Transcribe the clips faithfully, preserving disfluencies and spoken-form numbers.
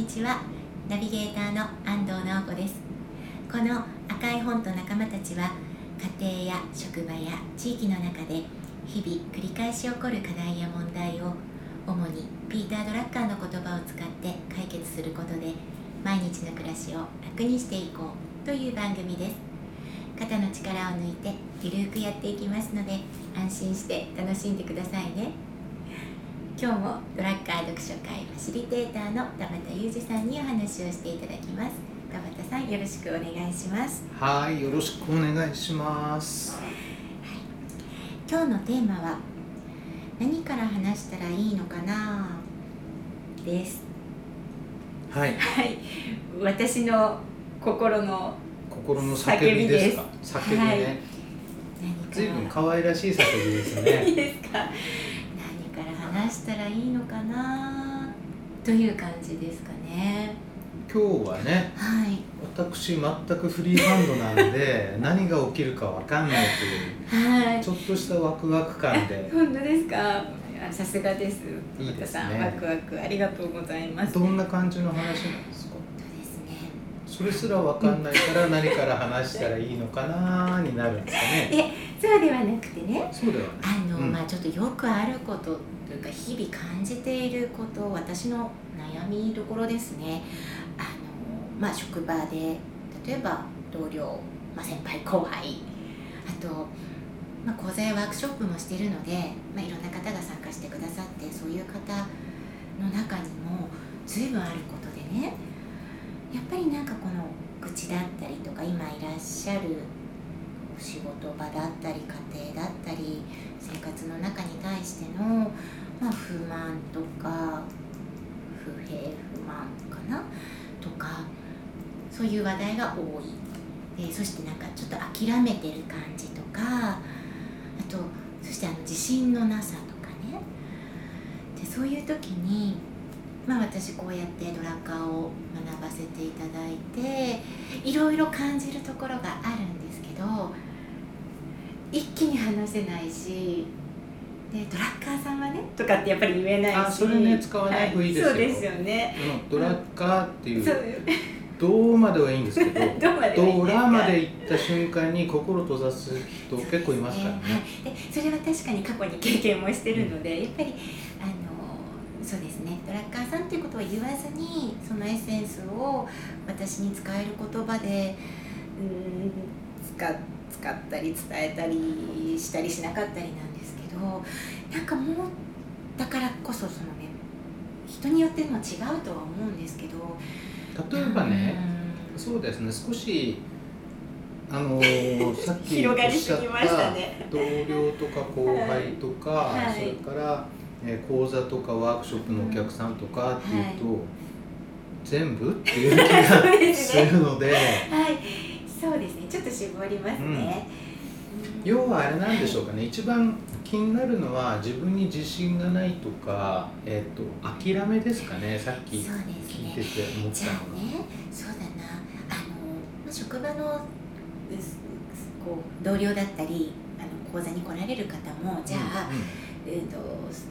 ちは。ナビゲーターの安藤直子です。この赤い本と仲間たちは、家庭や職場や地域の中で日々繰り返し起こる課題や問題を主にピーター・ドラッカーの言葉を使って解決することで、毎日の暮らしを楽にしていこうという番組です。肩の力を抜いてゆるくやっていきますので、安心して楽しんでくださいね。今日もドラッカー読書会ファシリテーターの田畑裕二さんにお話をしていただきます。田畑さん、よろしくお願いします。 はい、よろしくお願いします。 はい、今日のテーマは何から話したらいいのかなです。 はい、 はい、私の心の心の叫びですか。叫びね、はい、ずいぶん可愛らしい叫びですね。 いいですか。何から話したらいいのかなという感じですかね。 今日はね、はい、私全くフリーハンドなので何が起きるかわかんないという、はい、ちょっとしたワクワク感で。 本当ですか。さすがです。 いいですね。 ワクワクありがとうございます。 どんな感じの話なんですか。それすら分かんないから何から話したらいいのかなになるんですかね。 え、そうではなくてね。 そうではない。 あの、 うん、 まあちょっとよくあることというか日々感じていること、私の悩みどころですね。あのまあ職場で例えば同僚、まあ、先輩後輩、あと、まあ、講座やワークショップもしているので、まあ、いろんな方が参加してくださって、そういう方の中にも随分あることでね、やっぱりなんかこの愚痴だったりとか、今いらっしゃるお仕事場だったり家庭だったり生活の中に対しての、まあ、不満とか不平不満かなとか、そういう話題が多い。でそしてなんかちょっと諦めてる感じとか、あとそしてあの自信のなさとかね。でそういう時にまあ、私こうやってドラッカーを学ばせていただいていろいろ感じるところがあるんですけど、一気に話せないし、でドラッカーさんはねとかってやっぱり言えないし、 あ、それね使わない方がいいですよ。 はい、そうですよね。 ドラッカーっていう、どうまではいいんですけど、 どうまではいいんですか。 ドラまで行った瞬間に心閉ざす人結構いますからね。 はい、でそれは確かに過去に経験もしてるので、やっぱりあのそうですね、ドラッカーさんということは言わずに、そのエッセンスを私に使える言葉でうーん 使, 使ったり伝えたりしたりしなかったりなんですけど、なんかもうだからこそそのね、人によっても違うとは思うんですけど、 例えばね、そうですね、少しあのー、さっきおっしゃった同僚とか後輩とか、はい、それから講座とかワークショップのお客さんとかっていうと、はい、全部っていう気がするので、 はい、そうですね、ちょっと絞りますね。 うん、要はあれなんでしょうかね、一番気になるのは自分に自信がないとか、えー、と諦めですかね。さっき聞いてて思ったのが、 じゃあね、そうだな、あの職場のこう同僚だったり、あの講座に来られる方も、じゃあ、うんうん、えーと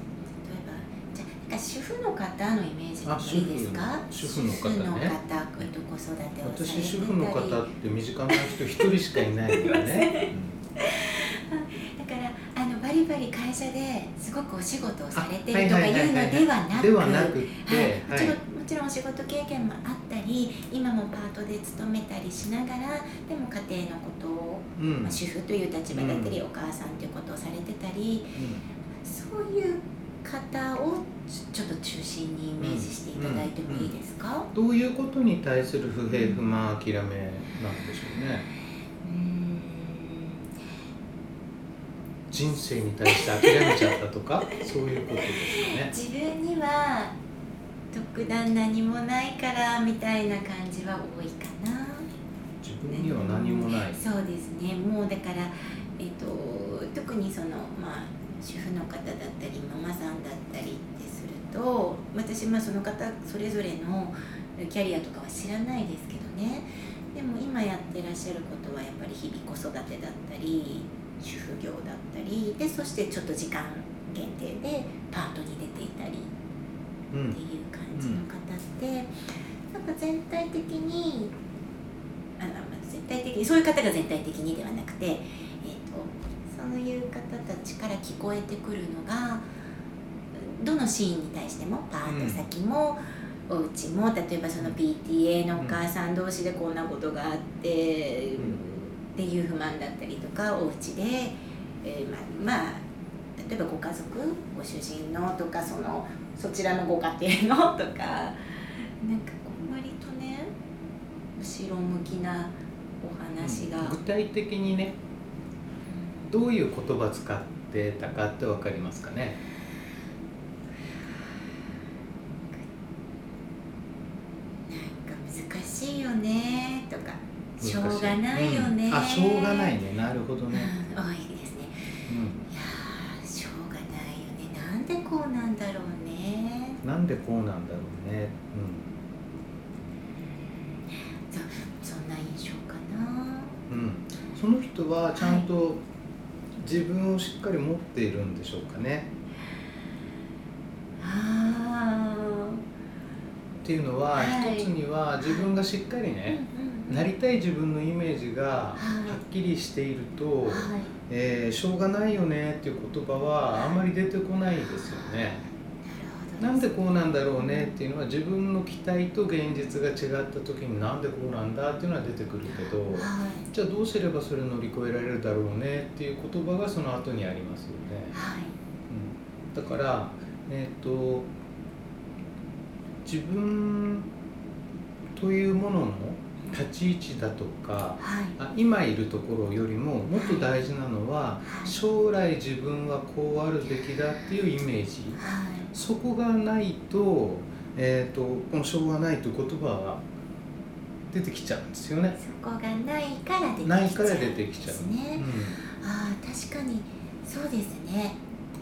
主婦の方のイメージでいいですか。 主婦の方ね。 主婦の方、子育てをされてたり。 私主婦の方って身近な人一人しかいないのでね。 だからあのバリバリ会社ですごくお仕事をされてるとかいうのではなく、 ではなくて、 もちろんもちろんお仕事経験もあったり、今もパートで勤めたりしながら、でも家庭のことを、うん、まあ、主婦という立場だったり、うん、お母さんということをされてたり、うん、そういう方をちょっと中心にイメージしていただいてもいいですか。 うんうんうん、どういうことに対する不平不満、諦めなんでしょうね。うーん、人生に対して諦めちゃったとかそういうことですかね。 自分には特段何もないからみたいな感じは多いかな。 自分には何もない、 うん、そうですね。もうだから、えーと、特にそのまあ主婦の方だったりママさんだったりってすると、私まあその方それぞれのキャリアとかは知らないですけどね、でも今やってらっしゃることはやっぱり日々子育てだったり主婦業だったりで、そしてちょっと時間限定でパートに出ていたりっていう感ちの方って、うん、なんか全体的にあの全体的にそういう方が全体的にではなくて、えーと、そういう方たちから聞こえてくるのがどのシーンに対してもパート先も、うん、お家も例えばその ピーティーエー のお母さん同士でこんなことがあって、うん、っていう不満だったりとかお家で、えー、まあ、まあ例えばご家族ご主人のとかそのそちらのご家庭のとかなんかこう割とね後ろ向きなお話が、 うん、具体的にねどういう言葉使ってたかって分かりますかね。 なんか難しいよねとかしょうがないよね、 うん、あしょうがないねなるほどね、 うん、多いですね、うん、いやしょうがないよねなんでこうなんだろうねなんでこうなんだろうね、 うん、そ, そんな印象かな、 うん、その人はちゃんと自分をしっかり持っているんでしょうかね、 はい、あっていうのは、はい、一つには自分がしっかりね、うんうん、なりたい自分のイメージがはっきりしていると、はい、えー、しょうがないよねっていう言葉はあんまり出てこないですよね。なんでこうなんだろうねっていうのは自分の期待と現実が違った時になんでこうなんだっていうのは出てくるけど、はい、じゃあどうすればそれを乗り越えられるだろうねっていう言葉がその後にありますよね、はい、うん、だからえっと自分というものの立ち位置だとか、はい、今いるところよりももっと大事なのは、はい、将来自分はこうあるべきだっていうイメージ、はい、そこがないと、えーと、このしょうがないという言葉は出てきちゃうんですよね。 そこがないから出てきちゃうんですね。 ないから出てきちゃう、うん、 ああ確かにそうですね。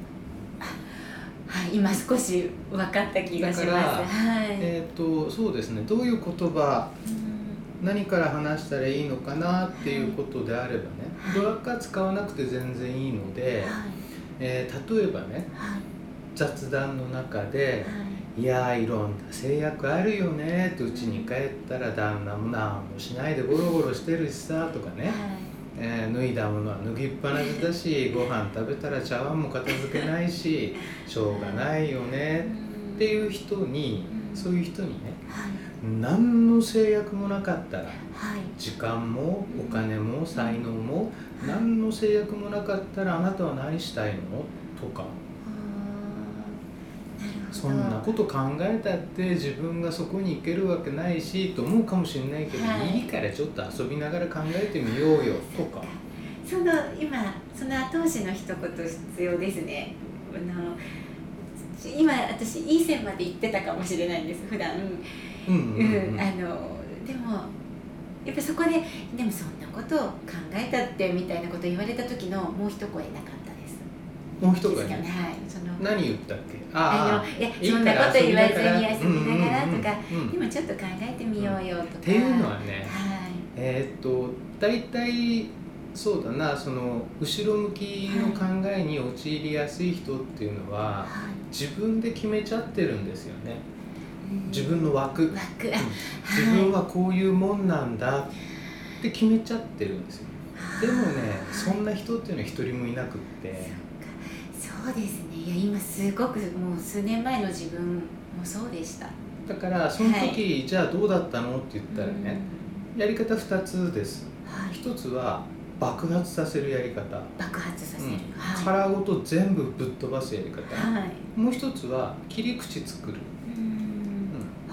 はい、今少し分かった気がします。 だから、 はい、 えーと、そうですね、どういう言葉、うん、何から話したらいいのかなっていうことであればね、はい、どれか使わなくて全然いいので、はい、えー、例えばね、はい、雑談の中で、はい、いやいろんな制約あるよねってうちに帰ったら旦那も何もしないでゴロゴロしてるしさとかね、はい、えー、脱いだものは脱ぎっぱなしだしご飯食べたら茶碗も片付けないししょうがないよねっていう人に、そういう人にね、はい、何の制約もなかったら、はい、時間もお金も才能も何の制約もなかったらあなたは何したいのとか、そんなこと考えたって自分がそこに行けるわけないしと思うかもしれないけど、はい、いいからちょっと遊びながら考えてみようよとか、 その今その後押しの一言必要ですね。あの今私いい線まで行ってたかもしれないんです普段、うんうんうんうん、あのでもやっぱそこででもそんなことを考えたってみたいなこと言われた時のもう一声なかったです。 もう一声、ね、 はい、その何言ったっけ。 ああのいやそんなこと言わずに遊びながらとか、でもちょっと考えてみようよとか、うん、 っていうのはね、はい、えー、っと大体そうだな、その後ろ向きの考えに陥りやすい人っていうのは、はい、自分で決めちゃってるんですよね。自分の枠、 枠、 うん、自分はこういうもんなんだって決めちゃってるんですよ。でもね、そんな人っていうのは一人もいなくって。 そうですね。いや今すごくもう数年前の自分もそうでした。 だからその時、はい、じゃあどうだったのって言ったらね、やり方ふたつです。はい、ひとつは爆発させるやり方。 爆発させる。うん、 はい、殻ごと全部ぶっ飛ばすやり方。はい、もう一つは切り口作る。うん、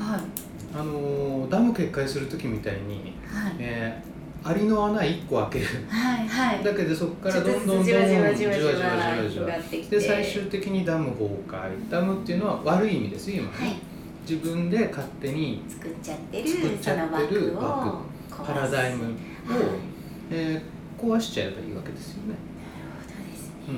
はい、あのダム決壊する時みたいに、はい、えーアリの穴いっこ開ける、はいはい、だけどそこからどんどんどんどんじわじわじわじわじわじわで最終的にダム崩壊。ダムっていうのは悪い意味ですよ今、はい、自分で勝手に作っちゃってる作っちゃってる枠パラダイムを、はい、えー、壊しちゃえばいいわけですよね。なるほどですね、 うん、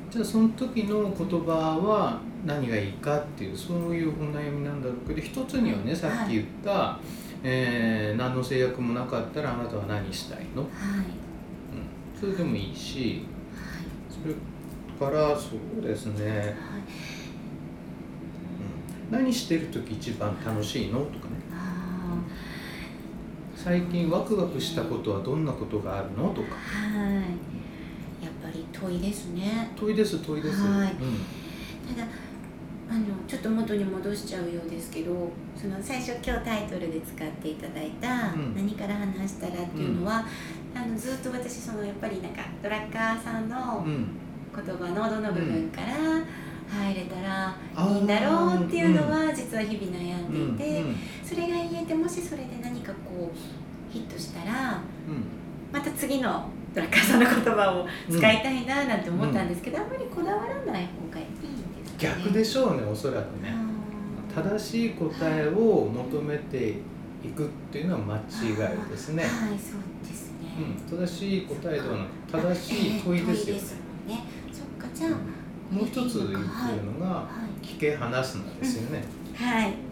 じゃあその時の言葉は何がいいかっていうそういうお悩みなんだろうけど、一つにはねさっき言った、はい、えー、何の制約もなかったらあなたは何したいの、はい、うん、それでもいいし、はい、それからそうですね、はい、うん、 何してる時一番楽しいのとかね、 あ最近ワクワクしたことはどんなことがあるのとか、 はい、やっぱり問いですね。 問いです問いです、 はい、 うん、 ただあのちょっと元に戻しちゃうようですけど、その最初今日タイトルで使っていただいた、うん、何から話したらっていうのは、うん、あのずっと私そのやっぱりなんかドラッカーさんの言葉のどの部分から入れたらいいんだろうっていうのは実は日々悩んでいて、うんうん、それが言えて、もしそれで何かこうヒットしたら、うん、また次のドラッカーさんの言葉を使いたいななんて思ったんですけど、うん、あんまりこだわらない方がいい。 逆でしょうね、おそらくね。正しい答えを求めていくっていうのは間違いですね。 はい、そうですね、 うん、正しい答えではなく正しい問いですよね。 えー、ね、そっか、じゃあ、 うん、もう一つ言ってるのが、はい、聞け話すのですよね。 うん、はい、聞け話す。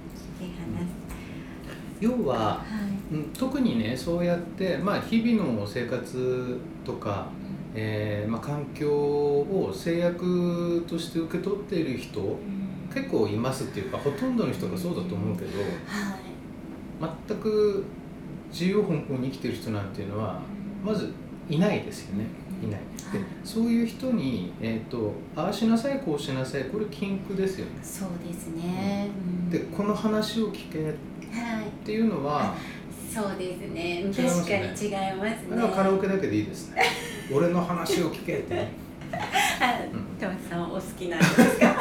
要は、はい、うん、特にね、そうやって、まあ、日々の生活とか、えーまあ、環境を制約として受け取っている人、うん、結構いますっていうか、ほとんどの人がそうだと思うけど、はい、全く自由奔放に生きてる人なんていうのはまずいないですよね。いない。で、はい、そういう人に、えーと、ああしなさいこうしなさい、これ禁句ですよね。 そうですね、 うん、でこの話を聞けっていうのは、はい、 そうですね、確かに違いますね。 あれはカラオケだけでいいですね。俺の話を聞けってね。 トマトさんお好きなんですか？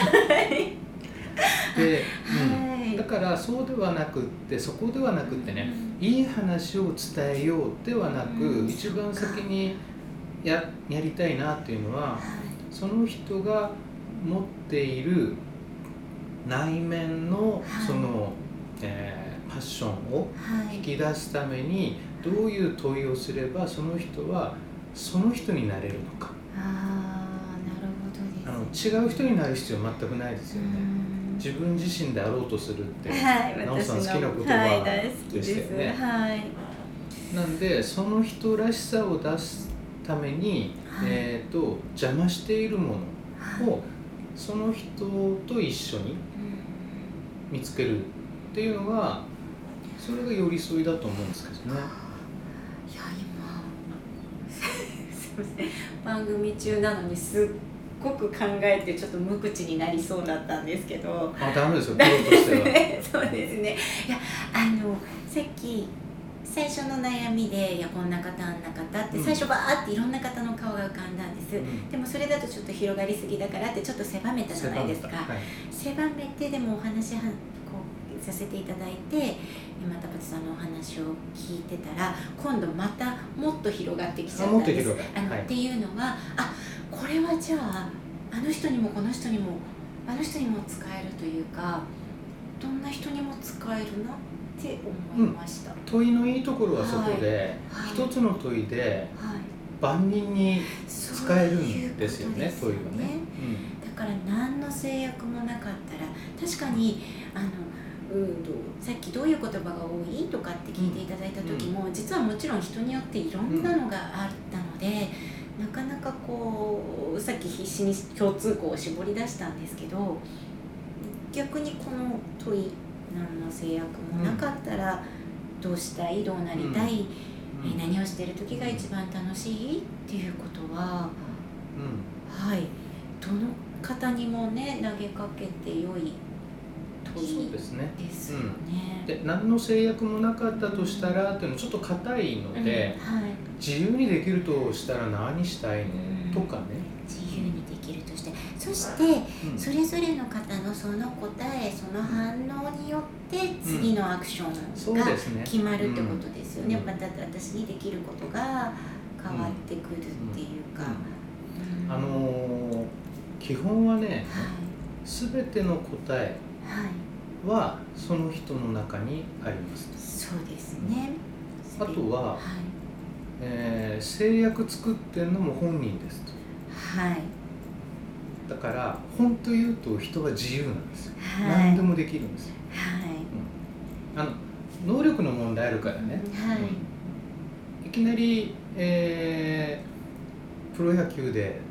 で、うん、だからそうではなくって、そこではなくってね、うん、いい話を伝えようではなく、うん、一番先に や, やりたいなっていうのは、はい、その人が持っている内面のその、はい、えーパッションを引き出すためにどういう問いをすればその人はその人になれるのか。 あー、なるほどですね。 あの違う人になる必要全くないですよね。自分自身であろうとするって、 はい、 なおさん好きな言葉でしたよね。 はい、 なんでその人らしさを出すために、はい、えーと、邪魔しているものをその人と一緒に見つけるっていうのが、それが寄り添いだと思うんですけどね。いや、 今すいません、番組中なのにすっごく考えてちょっと無口になりそうだったんですけど。 あ、ダメですよ、プロとしては。 そうですね。いや、あのさっき最初の悩みで、いやこんな方あんな方って最初バーっていろんな方の顔が浮かんだんです、うん、でもそれだとちょっと広がりすぎだからってちょっと狭めたじゃないですか。狭め、はい、狭めて、でもお話はこうさせていただいて、今田淵さんのお話を聞いてたら、今度またもっと広がってきちゃったんです。あの、はい、っていうのは、あ、これはじゃああの人にもこの人にもあの人にも使えるというか、どんな人にも使えるなって思いました、うん、 問いのいいところはそこで、はい、一つの問いで万人に使えるんですよね、問いはね、 うん、だから何の制約もなかったら、確かにあのうんとさっきどういう言葉が多いとかって聞いていただいた時も、うん、実はもちろん人によっていろんなのがあったので、うん、なかなかこうさっき必死に共通項を絞り出したんですけど、逆にこの問い、何の制約もなかったらどうしたい、どうなりたい、うん、え何をしている時が一番楽しいっていうことは、うん、はい、どの方にもね投げかけてよい問いですね。ですよね。 で、何の制約もなかったとしたらっていうのはちょっと硬いので、うん、はい、自由にできるとしたら何したいの、うん、とかね。 自由にできるとして、そして、うん、それぞれの方のその答え、その反応によって次のアクションが決まるってことですよね。また私にできることが変わってくるっていうか、 うんうん、あのー、基本はね、はい、全ての答えはその人の中にあります。 そうですね。 あとは、はい、えー、制約作ってるのも本人ですと。 はい。 だから本当言うと人は自由なんです、はい、何でもできるんですよ、はい、うん、あの能力の問題あるからね、はい、うん、いきなり、えー、プロ野球で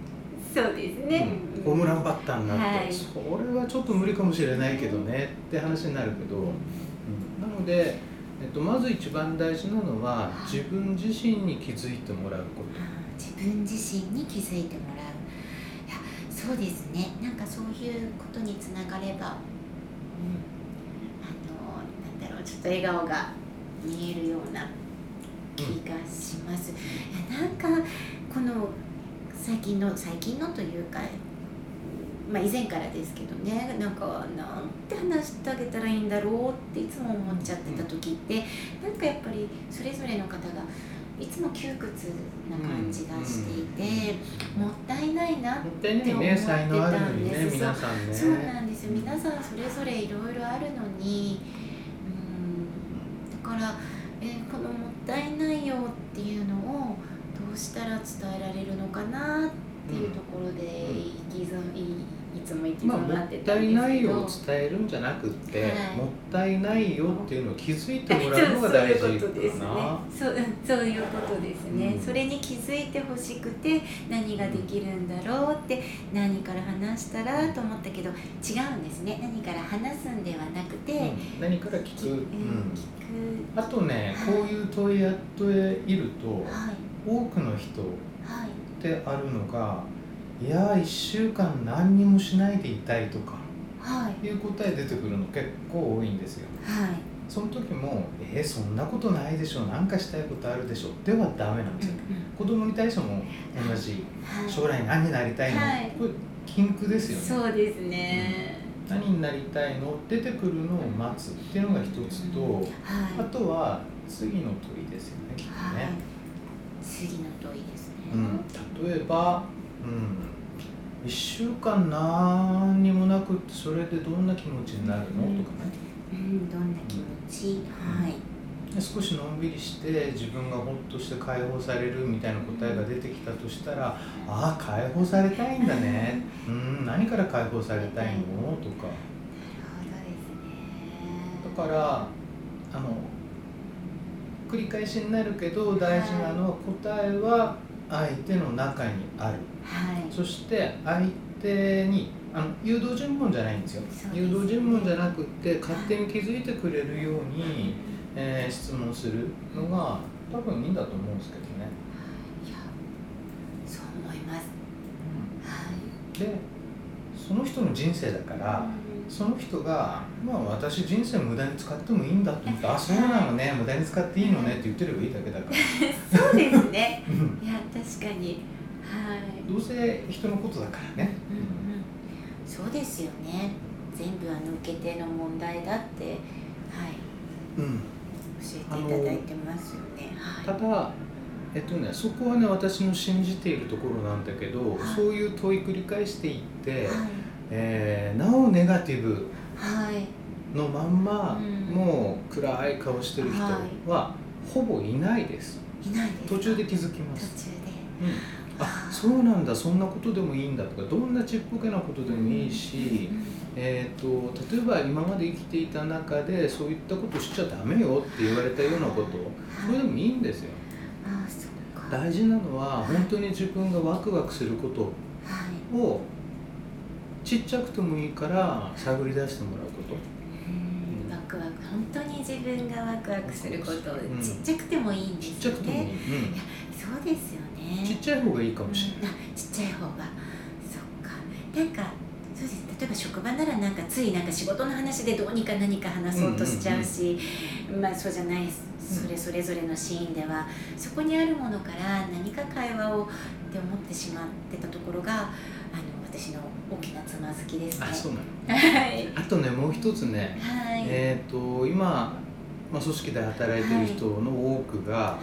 そうですね、 うん、ホームランバッターになって、はい、それはちょっと無理かもしれないけどねって話になるけど、うん、なので、えっと、まず一番大事なのは自分自身に気づいてもらうこと。 自分自身に気づいてもらう。いや、そうですね。なんかそういうことにつながれば、うん、あのなんだろう、ちょっと笑顔が見えるような気がします。うん、いや、なんかこの最近の最近のというか、まあ以前からですけどね、なんかなんて話してあげたらいいんだろうっていつも思っちゃってた時って、なんかやっぱりそれぞれの方がいつも窮屈な感じがしていて、うん、もったいないなって思ってたんです。 才能あるのにね、皆さんね。 そうなんですよ。皆さんそれぞれいろいろあるのに、うん、だからえー、このもったいないよっていうのをどうしたら伝えられるのかなっていうところで生きざいいつも行き詰まってたんですけど、まあ、もったいないよを伝えるんじゃなくって、はい、もったいないよっていうのを気づいてもらうのが大事かな。そういうことですね。 そう、そういうことですね、うん、それに気づいてほしくて何ができるんだろうって何から話したらと思ったけど違うんですね。何から話すんではなくて、 うん、何から聞く、うん、聞く。あとね、はい、こういう問いやっていると、はい、多くの人ってあるのが、いやいっしゅうかん何にもしないでいたいとか、はい、いう答え出てくるの結構多いんですよ。はい、その時も「えー、そんなことないでしょ、なんかしたいことあるでしょ」ではダメなんですよ。うんうん、子供に対しても同じ、はい、将来何になりたいの、はい、これ禁句ですよね。 そうですね、 うん、何になりたいの出てくるのを待つっていうのが一つと、うん、はい、あとは次の問いですよね、きっとね。はい、 次の問いですね。 うん、例えば、うん、いっしゅうかん何にもなくってそれでどんな気持ちになるの、うん、とかね、 うん、どんな気持ち、うん、はい、 で少しのんびりして自分がほっとして解放されるみたいな答えが出てきたとしたら、うん、ああ解放されたいんだね、うん、何から解放されたいの、とか。なるほどですね。だからあの繰り返しになるけど大事なのは、答えは相手の中にある、はい、そして相手にあの誘導尋問じゃないんですよ。ですね、誘導尋問じゃなくって勝手に気づいてくれるように、はい、えー、質問するのが多分いいんだと思うんですけどね。 いや、そう思います、 うん、はい、でその人の人生だから、うん、その人が、まあ、私人生無駄に使ってもいいんだと思って、あ、そうなのね、無駄に使っていいのねって言ってればいいだけだからそうですねいや、確かに、はい、 どうせ人のことだからね、 うんうん、そうですよね。全部あの受け手の問題だって、はい、うん、教えていただいてますよね。はい、 ただえっとね、そこはね私の信じているところなんだけど、はい、そういう問い繰り返していって、はい、えー、なおネガティブのまんま、はい、もう暗い顔してる人はほぼいないです。 いないです。 途中で気づきます。 途中で、 うん、あ、そうなんだ、そんなことでもいいんだとか、どんなちっぽけなことでもいいし、うん、えー、と例えば今まで生きていた中でそういったことしちゃダメよって言われたようなこと、はい、それでもいいんですよ。 あ、そっか。 大事なのは本当に自分がワクワクすることをちっちゃくてもいいから探り出してもらうこと。 うん、ワクワク、本当に自分がワクワクすること、うん、ちっちゃくてもいいんですね。 ちっちゃくてもいい、うん、いや、 そうですよね。 ちっちゃい方がいいかもしれない、 うん、ちっちゃい方が、そっか。なんかそうです。例えば職場ならなんかついなんか仕事の話でどうにか何か話そうとしちゃうし、うんうんうん、まあそうじゃないそれそれぞれのシーンではそこにあるものから何か会話をって思ってしまってたところが、あの私の大きなつまずきですね。 あ、そうなの、はい、あとね、もう一つね、はい、えーと今、まあ、組織で働いてる人の多くが、はいはい、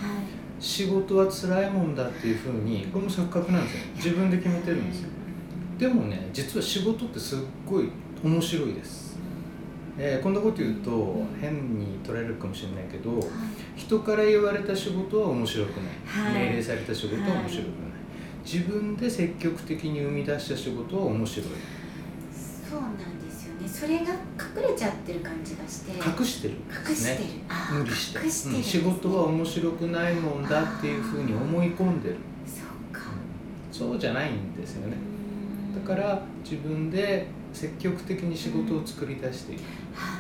仕事は辛いもんだっていうふうに、これも錯覚なんですよ。自分で決めてるんですよ。でもね、実は仕事ってすっごい面白いです。えー、こんなこと言うと変に取られるかもしれないけど、はい、人から言われた仕事は面白くない、はい、命令された仕事は面白くない、はい、自分で積極的に生み出した仕事は面白い。 そうなんですよね。それが隠れちゃってる感じがして、 隠してるんですね。 隠してる、あ、 無理して、 隠してるんですね。 うん、仕事は面白くないもんだっていうふうに思い込んでる。 そうか、 うん、そうじゃないんですよね。 だから自分で積極的に仕事を作り出していく、はい、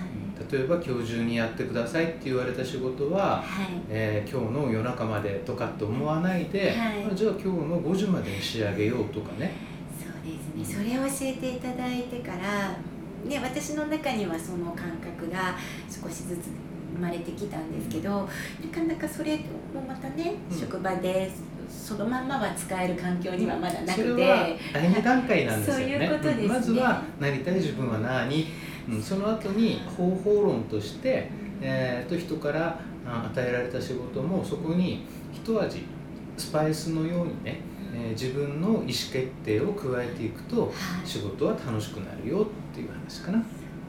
例えば今日中にやってくださいって言われた仕事は、はいえー、今日の夜中までとかって思わないで、はい、じゃあ今日のごじまでに仕上げようとかね。 そうですね、それを教えていただいてからね、私の中にはその感覚が少しずつ生まれてきたんですけど、なかなかそれもまたね、うん、職場でそのまんまは使える環境にはまだなくて、 それはだいに段階なんですよね。 そういうことですね。 まずはなりたい自分は何、うん、その後に方法論として、えー、と人から与えられた仕事もそこに一味スパイスのようにね、えー、自分の意思決定を加えていくと仕事は楽しくなるよっていう話かな。わ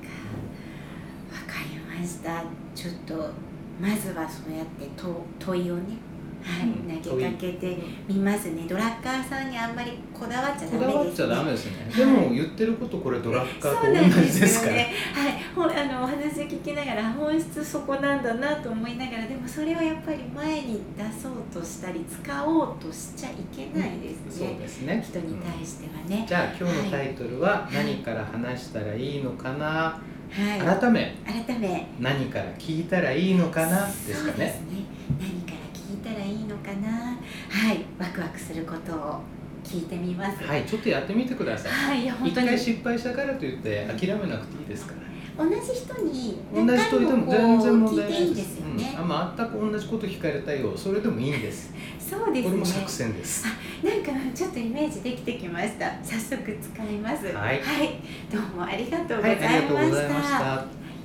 かりました。ちょっとまずはそうやって問いをね、はい、うん、投げかけてみますね。ドラッカーさんにあんまりこだわっちゃダメですね。 こだわっちゃダメですね。でも言ってることこれドラッカーと同じですから。 ね、はい、ほあのお話を聞きながら本質そこなんだなと思いながら、でもそれをやっぱり前に出そうとしたり使おうとしちゃいけないですね。 うん、そうですね。 人に対してはね。 うん、じゃあ今日のタイトルは何から話したらいいのかな。はい、改め改め何から聞いたらいいのかなですかね。そうですね。 何から聞いたらいいのかな。はい、ワクワクすることを聞いてみます。 はい、ちょっとやってみてください。 はい、いや本当に一回失敗したからといって諦めなくていいですから。 同じ人に同じ人でも全然問題ないです。 聞いていいですよね。 うん、あ全く同じこと聞かれたよ。それでもいいんです。 そうですね。 これも作戦です。 あ、なんかちょっとイメージできてきました。早速使います。はい。はい、どうもありがとうございました。はい、ありがとうございました。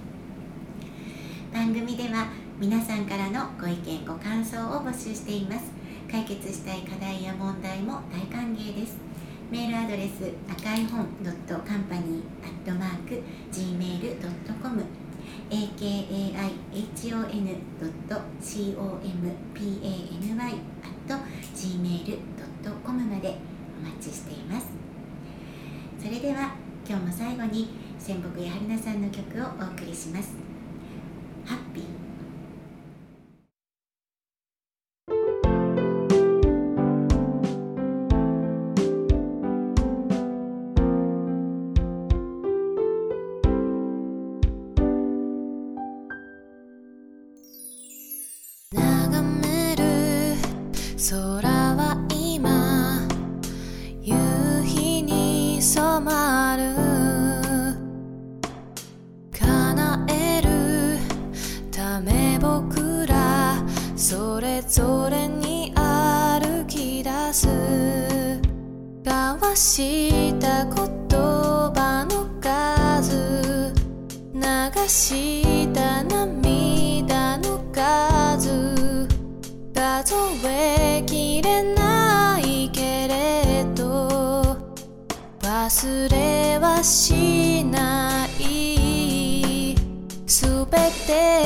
番組では皆さんからのご意見ご感想を募集しています。解決したい課題や問題も大歓迎です。メールアドレス赤い本 .company アットマーク ジーメール ドットコム エーケーエーアイエイチオーエヌ ドット コム アット ジーメール ドットコム までお待ちしています。それでは今日も最後に仙北やはるなさんの曲をお送りします。ハッピー。 空は今夕日に染まる、叶えるため僕らそれぞれに歩き出す、交わした言葉の数、流した涙の数、数えきれないけれど忘れはしないすべて。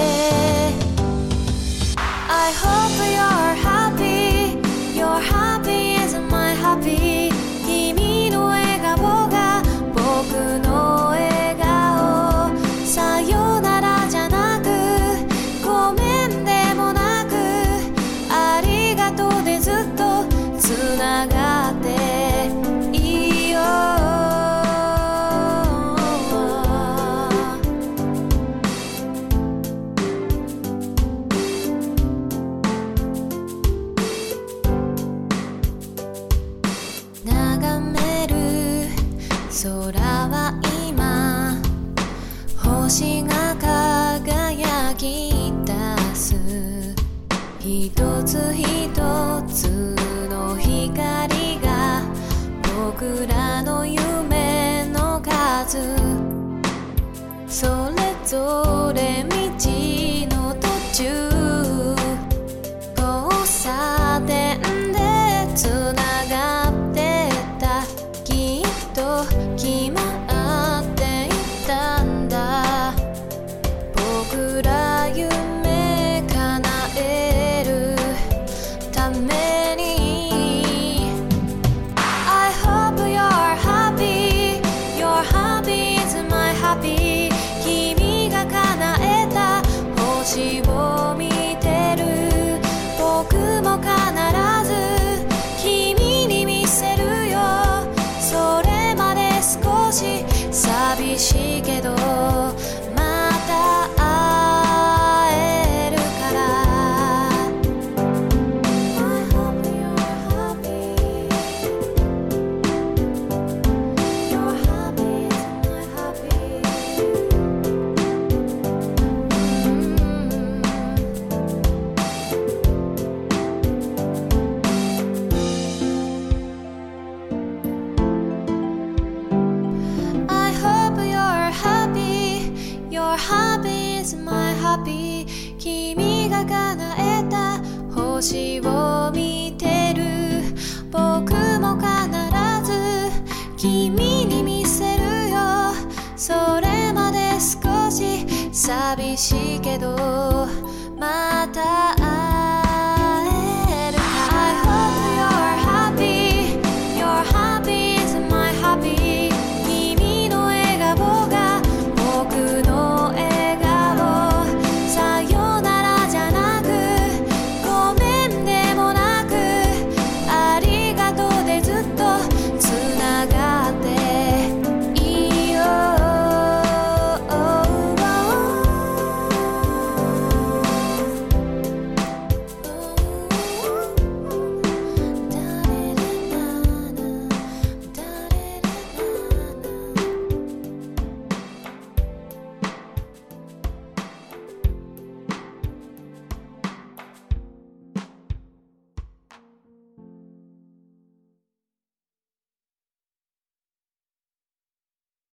I hope you're happy, you're happy is my happy。 君の笑顔が僕の笑顔、さよならじゃなくごめんでもなくありがとうでずっとつながっていいよ。眺める空は今星が輝き出す、一つ一つの光が僕らの夢の数、それぞれ道の途中、交差点でつながってた、きっと決まっていたんだ、僕ら夢叶えるために。 I hope you're happy, you're happy is my happy。 君が叶君が叶えた星を見てる。僕も必ず君に見せるよ。それまで少し寂しいけどまた